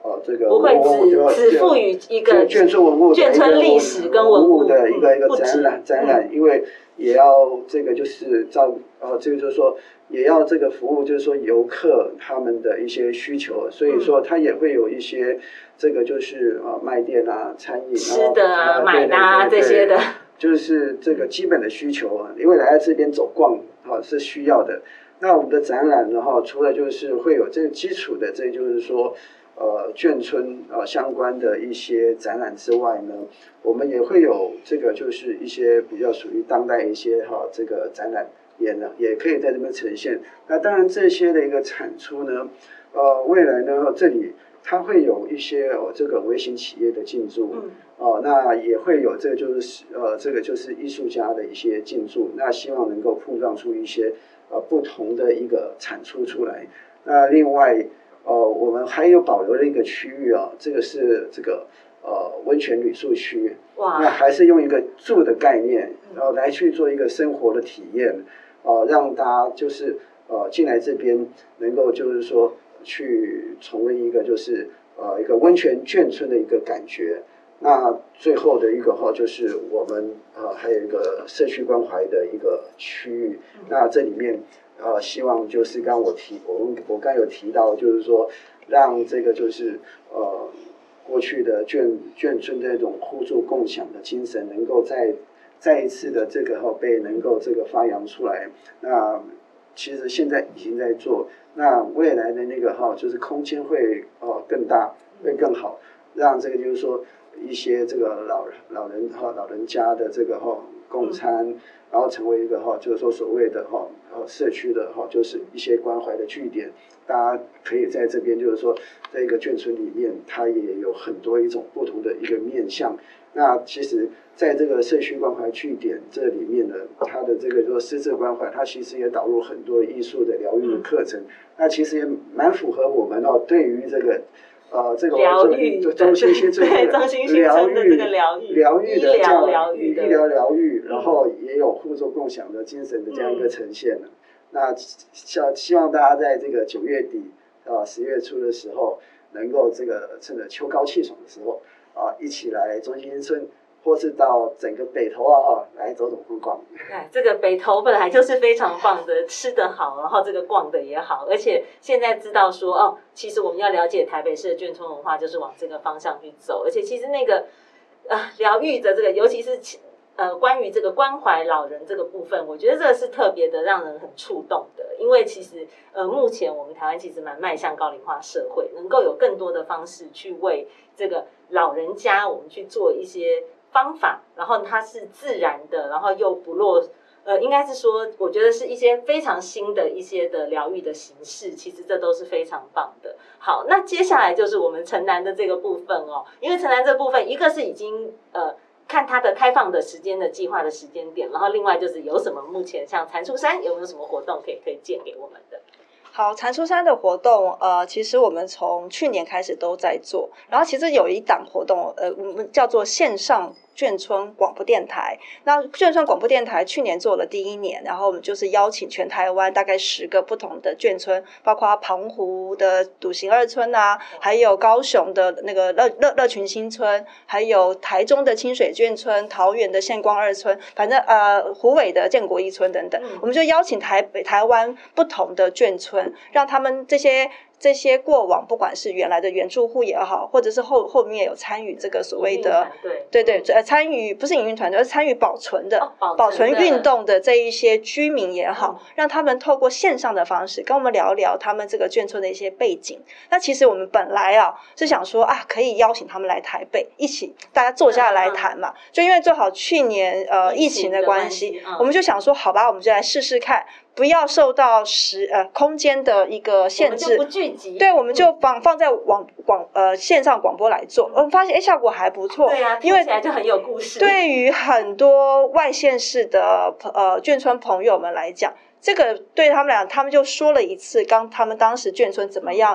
呃这个不会只只赋予一个眷村文物眷村历史跟文物的一个一个嗯展览展览，因为也要这个就是照呃这个就是说也要这个服务就是说游客他们的一些需求，所以说它也会有一些这个就是呃卖店啊、餐饮吃的啊、 啊、 买的啊这些的， 就是这个基本的需求啊，因为来这边走逛啊是需要的。那我们的展览呢哈，除了就是会有这个基础的，这就是说呃眷村啊、呃、相关的一些展览之外呢，我们也会有这个就是一些比较属于当代一些哈这个展览也呢也可以在这边呈现。那当然这些的一个产出呢，呃未来呢这里它会有一些哦这个微型企业的进驻。嗯哦，那也会有这个就是呃，这个就是艺术家的一些进驻，那希望能够碰撞出一些呃不同的一个产出出来。那另外呃，我们还有保留了一个区域啊，这个是这个呃温泉旅宿区，哇，那还是用一个住的概念，然后来去做一个生活的体验，呃，让大家就是呃进来这边能够就是说去重温一个就是呃一个温泉眷村的一个感觉。那最后的一个哈，就是我们呃还有一个社区关怀的一个区域。那这里面呃，希望就是刚刚我提，我们我刚有提到，就是说让这个就是呃过去的眷眷村这种互助共享的精神，能够再再一次的这个哈被能够这个发扬出来。那其实现在已经在做，那未来的那个哈就是空间会呃更大，会更好，让这个就是说。一些这个老老人哈老人家的这个哈共餐，然后成为一个哈就是说所谓的哈呃社区的哈就是一些关怀的据点，大家可以在这边就是说在一个眷村里面，它也有很多一种不同的一个面向。那其实在这个社区关怀据点这里面呢，它的这个说师资关怀，它其实也导入很多艺术的疗愈的课程，那其实也蛮符合我们哦对于这个。呃，这个疗愈， 中心新村对中心新村的这个疗愈， 疗愈的这样疗愈医疗疗愈，然后也有互助共享的精神的这样一个呈现了。那希希望大家在这个九月底啊十月初的时候，能够这个趁着秋高气爽的时候啊，一起来中心新村。或是到整个北投啊哈来走走逛逛。 哎，这个北投本来就是非常棒的，吃得好，然后这个逛的也好，而且现在知道说哦，其实我们要了解台北市的眷村文化，就是往这个方向去走，而且其实那个呃疗愈的这个，尤其是呃关于这个关怀老人这个部分，我觉得这个是特别的让人很触动的，因为其实呃目前我们台湾其实蛮迈向高龄化社会，能够有更多的方式去为这个老人家我们去做一些。方法，然后它是自然的，然后又不落，呃，应该是说，我觉得是一些非常新的一些的疗愈的形式，其实这都是非常棒的。好，那接下来就是我们城南的这个部分哦，因为城南这部分，一个是已经呃看它的开放的时间的计划的时间点，然后另外就是有什么目前像蟾蜍山有没有什么活动可以推荐给我们的？ 好，蟾蜍山的活动，呃，其实我们从去年开始都在做，然后其实有一档活动，呃，我们叫做线上眷村广播电台。那眷村广播电台去年做了第一年，然后我们就是邀请全台湾大概十个不同的眷村，包括澎湖的笃行二村啊，还有高雄的那个乐乐乐群新村，还有台中的清水眷村，桃园的县光二村，反正呃虎尾的建国一村等等，嗯、我们就邀请台北台湾不同的眷村。让他们这些这些过往，不管是原来的原住户也好，或者是后后面有参与这个所谓的对对呃参与不是营运团队，而是参与保存的、哦、保存运动的这一些居民也好，嗯、让他们透过线上的方式跟我们聊聊他们这个眷村的一些背景。那其实我们本来啊是想说啊，可以邀请他们来台北一起大家坐下来谈嘛，嗯、就因为正好去年呃疫情的关系，嗯、我们就想说好吧，我们就来试试看。不要受到时呃空间的一个限制， 我们就不聚集， 对，我们就放放在网广呃线上广播来做，我们发现哎效果还不错， 对啊，听起来就很有故事。 对于很多外县市的呃眷村朋友们来讲，这个对他们俩，他们就说了一次，刚他们当时眷村怎么样。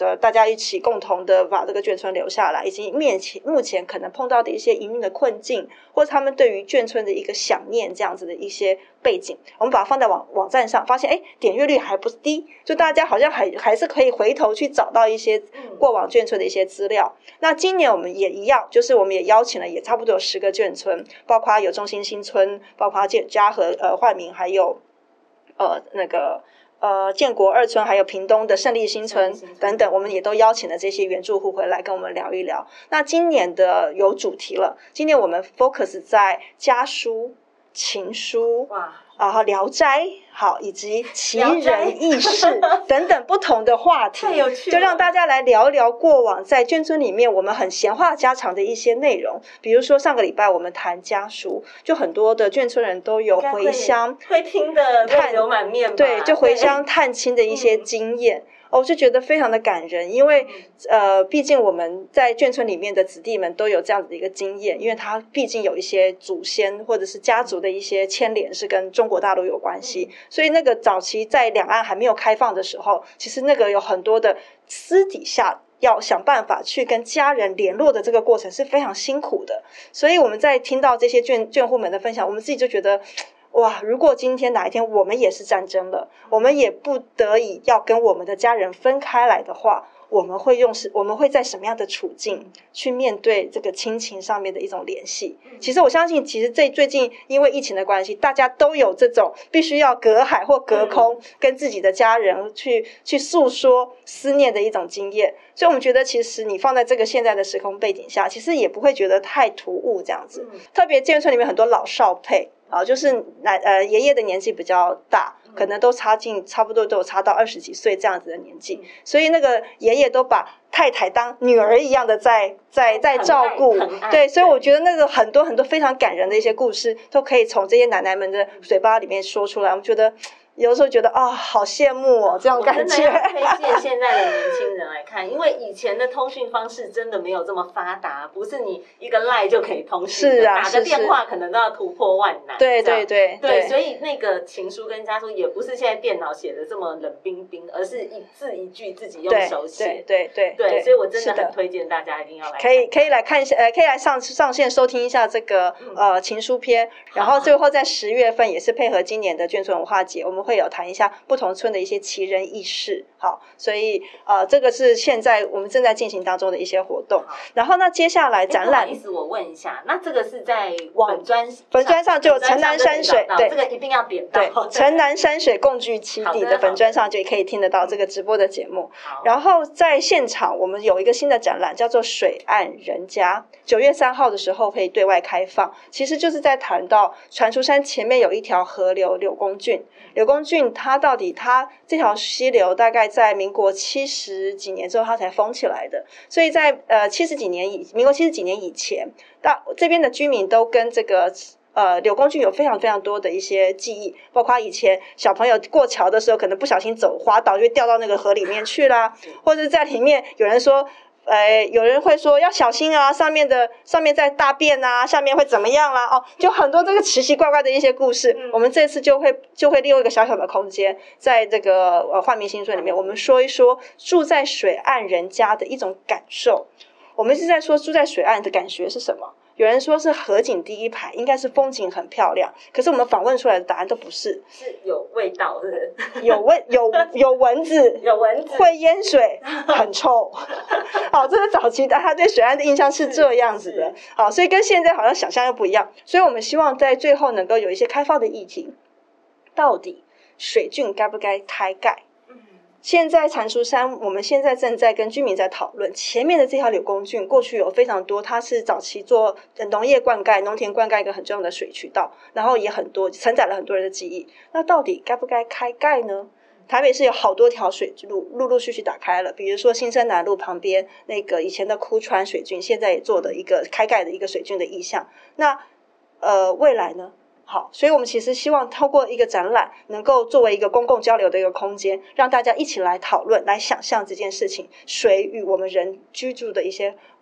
的大家一起共同的把这个眷村留下来，以及面前目前可能碰到的一些营运的困境，或者他们对于眷村的一个想念这样子的一些背景，我们把它放在网网站上，发现哎，点阅率还不低，就大家好像还还是可以回头去找到一些过往眷村的一些资料。那今年我们也一样，就是我们也邀请了也差不多有十个眷村，包括有中心新村，包括嘉禾、呃焕民，还有呃那个。呃，建国二村还有屏东的胜利新村等等，我们也都邀请了这些原住户回来跟我们聊一聊。那今年的有主题了，今年我们 focus 在家书、情书，哇，然后聊斋，好，以及奇人异事等等不同的话题， 太有趣了， 就让大家来聊聊过往在眷村里面我们很闲话家常的一些内容。比如说上个礼拜我们谈家书，就很多的眷村人都有回乡， 会听的泪流满面吧， 对，就回乡探亲的一些经验。嗯哦，我就觉得非常的感人，因为呃，毕竟我们在眷村里面的子弟们都有这样子的一个经验，因为他毕竟有一些祖先或者是家族的一些牵连是跟中国大陆有关系，所以那个早期在两岸还没有开放的时候，其实那个有很多的私底下要想办法去跟家人联络的这个过程是非常辛苦的。所以我们在听到这些眷眷户们的分享，我们自己就觉得哇，如果今天哪一天我们也是战争了，我们也不得已要跟我们的家人分开来的话，我们会用我们会在什么样的处境去面对这个亲情上面的一种联系。其实我相信其实这最近因为疫情的关系，大家都有这种必须要隔海或隔空跟自己的家人去去诉说思念的一种经验，所以我们觉得其实你放在这个现在的时空背景下，其实也不会觉得太突兀这样子。特别眷村里面很多老少配啊，就是奶呃爷爷的年纪比较大，可能都差近差不多都有差到二十几岁这样子的年纪，所以那个爷爷都把太太当女儿一样的在在在照顾，对，所以我觉得那个很多很多非常感人的一些故事，都可以从这些奶奶们的嘴巴里面说出来。我们觉得有时候觉得啊、哦，好羡慕哦，这样感觉。 我真的要推荐现在的年轻人来看，因为以前的通讯方式真的没有这么发达，不是你一个 LINE 就可以通讯的， 是啊， 打个电话可能都要突破万难。 对对对对, 对，所以那个情书跟家书也不是现在电脑写的这么冷冰冰，而是一字一句自己用手写。 对对对, 对，所以我真的很推荐大家一定要来看， 可以可以来看一下，呃，可以来上上线收听一下这个、嗯、呃情书篇，然后最后在十月份也是配合今年的眷村文化节，我们会有谈一下不同村的一些奇人异事。好，所以呃这个是现在我们正在进行当中的一些活动。然后呢，接下来展览， 不好意思，我问一下，那这个是在粉专粉专上就有城南山水，对， 这个一定要点到。 对，城南山水共聚基地的粉专上就可以听得到这个直播的节目。然后在现场我们有一个新的展览，叫做水岸人家，九月三号的时候可以对外开放。其实就是在谈到船出山前面有一条河流柳公圳，柳公圳它到底它这条溪流大概在民国七十几年之后它才封起来的，所以在呃七十几年以民国七十几年以前，到这边的居民都跟这个呃柳公圳有非常非常多的一些记忆，包括以前小朋友过桥的时候可能不小心走滑倒就会掉到那个河里面去啦，或者在里面有人说呃，有人会说要小心啊，上面的上面在大便啊，下面会怎么样啦？哦，就很多这个奇奇怪怪的一些故事。嗯、我们这次就会就会利用一个小小的空间，在这个呃焕民新村里面，我们说一说住在水岸人家的一种感受。我们是在说住在水岸的感觉是什么？有人说是河景第一排，应该是风景很漂亮，可是我们访问出来的答案都不是， 是有味道的， 有味有有蚊子， 有蚊子， 会淹水，很臭。好，这是早期大家对水岸的印象是这样子的。好，所以跟现在好像想象又不一样，所以我们希望在最后能够有一些开放的议题，到底水圳该不该开盖？现在蟾蜍山我们现在正在跟居民在讨论，前面的这条柳公圳过去有非常多，它是早期做农业灌溉农田灌溉一个很重要的水渠道，然后也很多承载了很多人的记忆。那到底该不该开盖呢？台北市有好多条水路陆陆续续打开了，比如说新生南路旁边那个以前的枯川水圳，现在也做的一个开盖的一个水圳的意向。那呃未来呢？好，所以我们其实希望透过一个展览能够作为一个公共交流的一个空间，让大家一起来讨论来想象这件事情，水与我们人居住的一些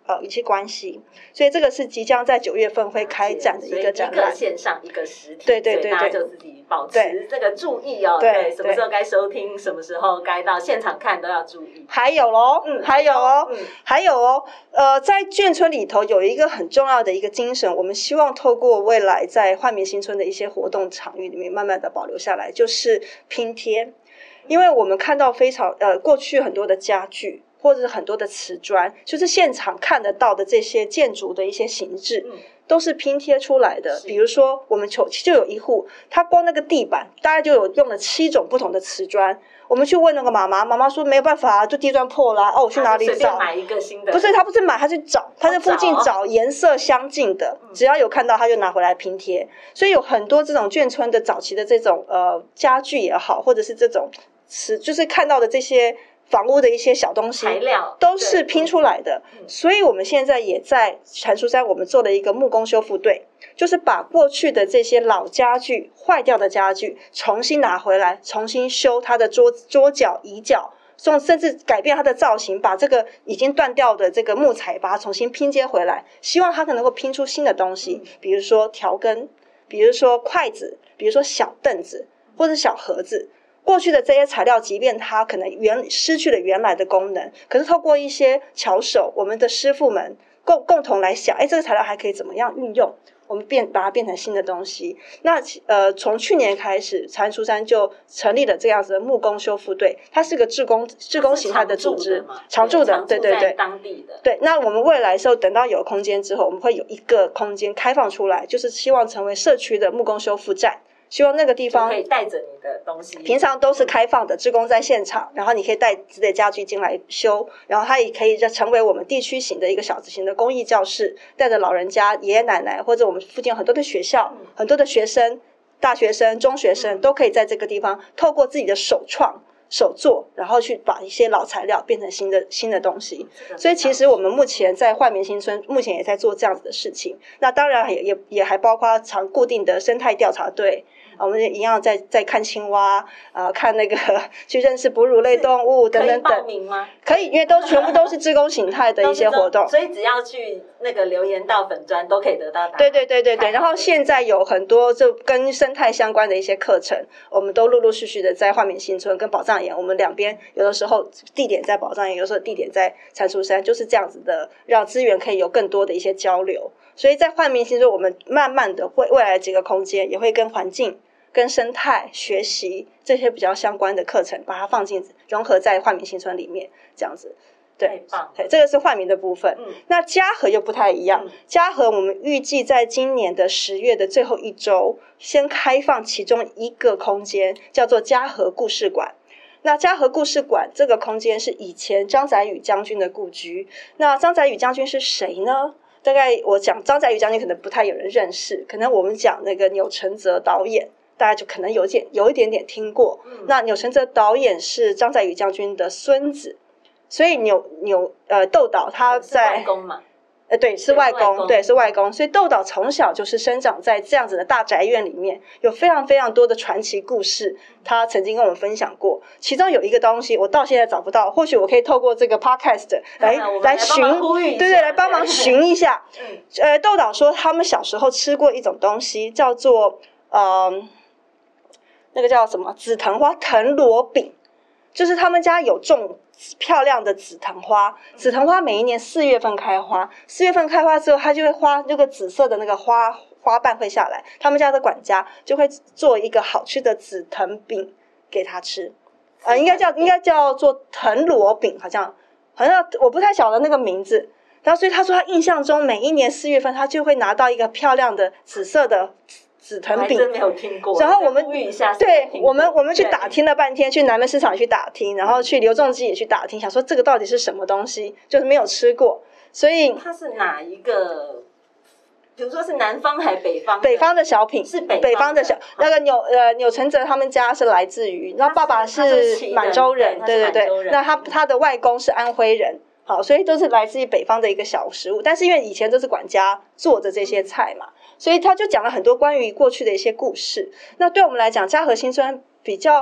呃一些关系，所以这个是即将在九月份会开展的一个展览， 一个线上一个实体， 对对对对， 大家就自己保持这个注意哦， 对， 对，什么时候该收听，什么时候该到现场看都要注意。 还有咯，嗯，还有哦，嗯，还有哦，呃，在眷村里头有一个很重要的一个精神，我们希望透过未来在煥民新村的一些活动场域里面慢慢的保留下来，就是拼贴。因为我们看到非常呃过去很多的家具或者是很多的瓷砖，就是现场看得到的这些建筑的一些形制，嗯，都是拼贴出来的。比如说我们就就有一户，他光那个地板大概就有用了七种不同的瓷砖。我们去问那个妈妈，妈妈说没有办法啊，就地砖破了，哦，我去哪里找？ 买一个新的？ 不是，他不是买，他去找，他在附近找颜色相近的，哦，只要有看到他就拿回来拼贴。所以有很多这种眷村的早期的这种呃家具也好，或者是这种瓷，就是看到的这些房屋的一些小东西材料都是拼出来的。所以我们现在也在蟾蜍山我们做了一个木工修复队，就是把过去的这些老家具坏掉的家具重新拿回来，重新修它的桌桌角椅角，甚至改变它的造型，把这个已经断掉的这个木材把它重新拼接回来，希望它能够拼出新的东西，比如说条根，比如说筷子，比如说小凳子或者小盒子。过去的这些材料即便它可能原失去了原来的功能，可是透过一些巧手，我们的师傅们共共同来想，哎，这个材料还可以怎么样运用，我们变把它变成新的东西。那呃，从去年开始，蟾蜍山就成立了这样子的木工修复队，它是个志工志工形态的组织，常驻的，对对对， 当地的。 对，那我们未来的时候，等到有空间之后，我们会有一个空间开放出来，就是希望成为社区的木工修复站。希望那个地方可以带着你的东西， 平常都是开放的，志工在现场，然后你可以带自己的家具进来修，然后它也可以成为我们地区型的一个小型的公益教室，带着老人家、爷爷奶奶或者我们附近很多的学校、嗯、很多的学生、大学生、中学生、嗯、都可以在这个地方透过自己的手创手做，然后去把一些老材料变成新的新的东西。所以其实我们目前在煥民新村目前也在做这样子的事情。那当然也也也还包括常固定的生态调查队。我们一样在在看青蛙，呃，看那个去认识哺乳类动物等等等。 可以报名吗？ 可以，因为都全部都是志工形态的一些活动， 所以只要去那个留言到粉专都可以得到答案。 对对对对对。然后现在有很多就跟生态相关的一些课程，我们都陆陆续续的在煥民新村跟宝藏岩，我们两边有的时候地点在宝藏岩，有的时候地点在蟾蜍山，就是这样子的，让资源可以有更多的一些交流。所以在煥民新村，我们慢慢的会未来几个空间也会跟环境、跟生态、学习这些比较相关的课程，把它放进融合在煥民新村里面，这样子。对，对，这个是煥民的部分。嗯、那嘉禾又不太一样，嗯、嘉禾我们预计在今年的十月的最后一周，先开放其中一个空间，叫做嘉禾故事馆。那嘉禾故事馆这个空间是以前张载宇将军的故居。那张载宇将军是谁呢？大概我讲张载宇将军可能不太有人认识，可能我们讲那个钮承泽导演，大家就可能有点有一点点听过。嗯、那钮承泽导演是张载宇将军的孙子，所以钮钮呃窦导他在是外公嘛。 呃，对，是外公，对，是外公，所以窦导从小就是生长在这样子的大宅院里面，有非常非常多的传奇故事，他曾经跟我们分享过。其中有一个东西，我到现在找不到，或许我可以透过这个 podcast 来、啊、来寻，对对，来帮忙寻一下。呃，窦导说他们小时候吃过一种东西，叫做呃，那个叫什么紫藤花藤萝饼，就是他们家有种漂亮的紫藤花，紫藤花每一年四月份开花，四月份开花之后，它就会花那个紫色的那个花花瓣会下来，他们家的管家就会做一个好吃的紫藤饼给他吃，呃，应该叫应该叫做藤萝饼，好像好像我不太晓得那个名字。然后所以他说他印象中每一年四月份他就会拿到一个漂亮的紫色的紫藤饼， 真没有听过。 然后我们对我们我们去打听了半天，去南门市场去打听，然后去刘仲基也去打听，想说这个到底是什么东西，就是没有吃过。所以它是哪一个？比如说是南方还是北方的？ 北方的小品是北方的北方的小那个钮呃钮承泽他们家是来自于，然后爸爸是满洲人，对对对，那他他的外公是安徽人。好，所以都是来自于北方的一个小食物，但是因为以前都是管家做的这些菜嘛，所以他就讲了很多关于过去的一些故事。那对我们来讲，嘉禾新村比较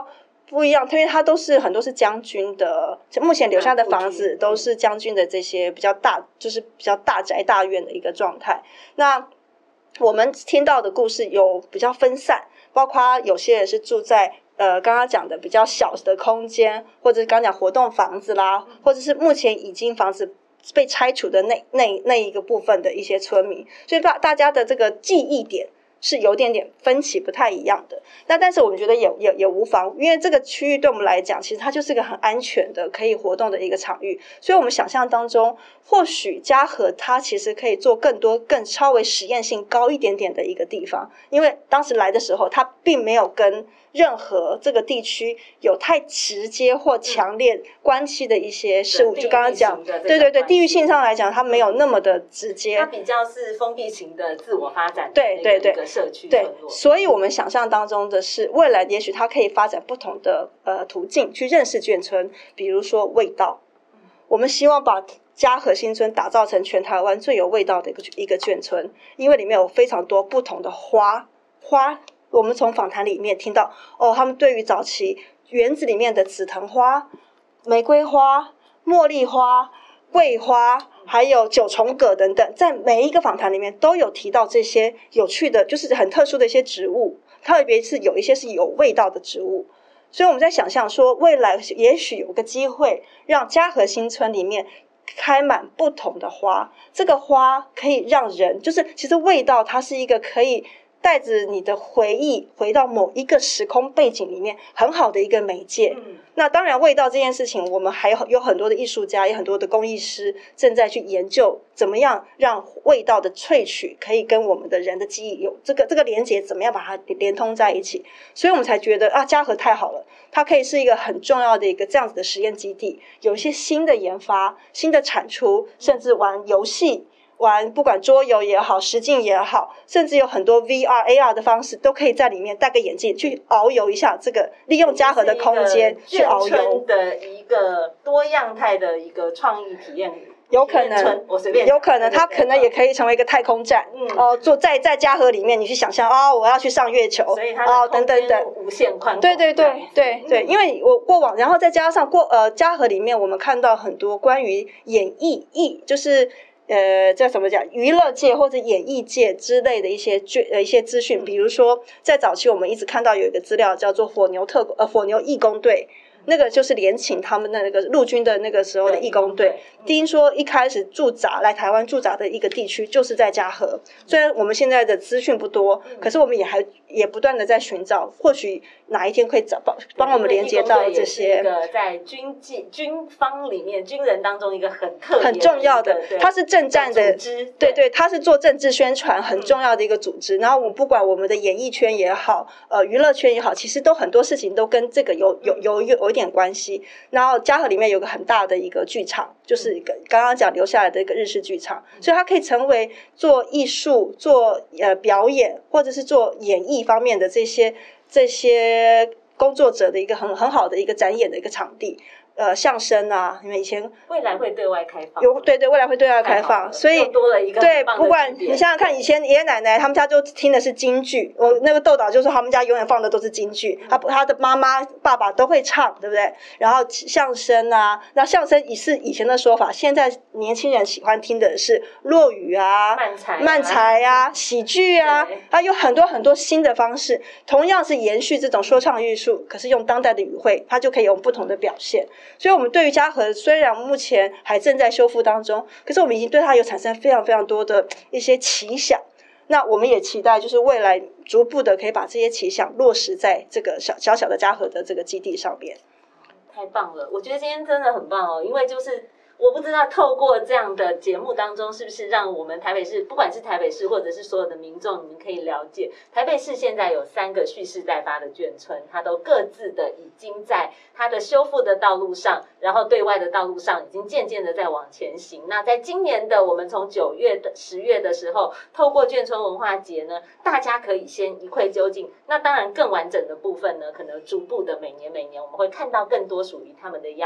不一样，因为它都是很多是将军的，目前留下的房子都是将军的这些比较大，就是比较大宅大院的一个状态。那我们听到的故事有比较分散，包括有些人是住在呃刚刚讲的比较小的空间，或者是刚刚讲活动房子啦，或者是目前已经房子被拆除的那那那一个部分的一些村民，所以大大家的这个记忆点是有点点分歧，不太一样的。那但是我们觉得也也也无妨，因为这个区域对我们来讲，其实它就是个很安全的可以活动的一个场域。所以我们想象当中，或许嘉禾它其实可以做更多更稍微实验性高一点点的一个地方，因为当时来的时候，它并没有跟任何这个地区有太直接或强烈关系的一些事物，就刚刚讲，对对对，地域性上来讲，它没有那么的直接， 它比较是封闭型的自我发展的对对对一个社区对村落。 所以我们想象当中的是，未来也许它可以发展不同的呃途径去认识眷村，比如说味道，我们希望把嘉禾新村打造成全台湾最有味道的一个一个眷村，因为里面有非常多不同的花花。我们从访谈里面听到，哦，他们对于早期园子里面的紫藤花、玫瑰花、茉莉花、桂花，还有九重葛等等，在每一个访谈里面都有提到这些有趣的，就是很特殊的一些植物，特别是有一些是有味道的植物。所以我们在想象说，未来也许有个机会，让嘉禾新村里面开满不同的花，这个花可以让人，就是其实味道它是一个可以带着你的回忆回到某一个时空背景里面很好的一个媒介。嗯，那当然味道这件事情，我们还有有很多的艺术家，也很多的工艺师正在去研究怎么样让味道的萃取可以跟我们的人的记忆有这个这个连结，怎么样把它连通在一起。所以我们才觉得啊，嘉禾太好了，它可以是一个很重要的一个这样子的实验基地，有一些新的研发、新的产出，甚至玩游戏，玩不管桌游也好，实境也好，甚至有很多 V R A R 的方式都可以在里面戴个眼镜去遨游一下，这个利用嘉禾的空间去遨游的一个多样态的一个创意体验。 有可能， 我随便有可能，它可能也可以成为一个太空站。嗯，哦，做在在嘉禾里面，你去想象哦，我要去上月球， 所以它的空间无限宽广。 对对对对对，因为我过往，然后再加上过呃嘉禾里面，我们看到很多关于演艺艺，就是呃这怎么讲，娱乐界或者演艺界之类的一些呃一些资讯，比如说在早期我们一直看到有一个资料叫做火牛特呃火牛义工队。那个就是联勤他们的那个陆军的那个时候的义工队，听说一开始驻扎来台湾驻扎的一个地区就是在嘉禾。虽然我们现在的资讯不多，可是我们也还也不断的在寻找，或许哪一天会找帮帮我们连接到这些。 一个在军纪军方里面军人当中一个很特别很重要的，它是政战的组织，对对，它是做政治宣传很重要的一个组织。然后我不管我们的演艺圈也好，呃娱乐圈也好，其实都很多事情都跟这个有有有有有一点关系。然后嘉禾里面有个很大的一个剧场，就是一个刚刚讲留下来的一个日式剧场，所以它可以成为做艺术、做呃表演或者是做演艺方面的这些这些工作者的一个很很好的一个展演的一个场地。呃，相声啊，因为以前未来会对外开放， 有对对，未来会对外开放，所以多了一个对，不管你想想看，以前爷爷奶奶他们家就听的是京剧，我那个豆导就说他们家永远放的都是京剧，他他的妈妈爸爸都会唱，对不对？然后相声啊，那相声也是以前的说法，现在年轻人喜欢听的是落语啊、 漫才、 漫才啊、喜剧啊，啊，有很多很多新的方式，同样是延续这种说唱艺术，可是用当代的语汇，它就可以有不同的表现。所以我们对于嘉禾虽然目前还正在修复当中，可是我们已经对它有产生非常非常多的一些奇想。那我们也期待就是未来逐步的可以把这些奇想落实在这个小小小的嘉禾的这个基地上面。 太棒了，我觉得今天真的很棒哦，因为就是我不知道透过这样的节目当中，是不是让我们台北市，不管是台北市或者是所有的民众，你们可以了解，台北市现在有三个蓄势待发的眷村，它都各自的已经在它的修复的道路上，然后对外的道路上已经渐渐的在往前行。那在今年的我们从九月的十月的时候，透过眷村文化节呢，大家可以先一窥究竟。那当然更完整的部分呢，可能逐步的每年每年我们会看到更多属于他们的样态。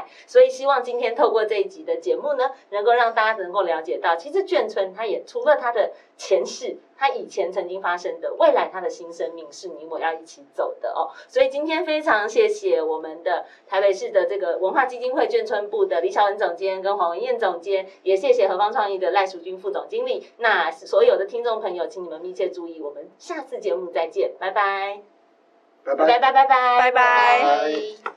所以希望今天透过这一集的节目呢，能够让大家能够了解到，其实眷村它也除了它的前世，它以前曾经发生的，未来它的新生命是你我要一起走的哦。所以今天非常谢谢我们的台北市的这个文化基金会眷村部的李小文总监跟黄文燕总监，也谢谢合方创意的赖淑君副总经理。那所有的听众朋友，请你们密切注意，我们下次节目再见，拜拜， 拜拜拜拜拜拜拜。 拜。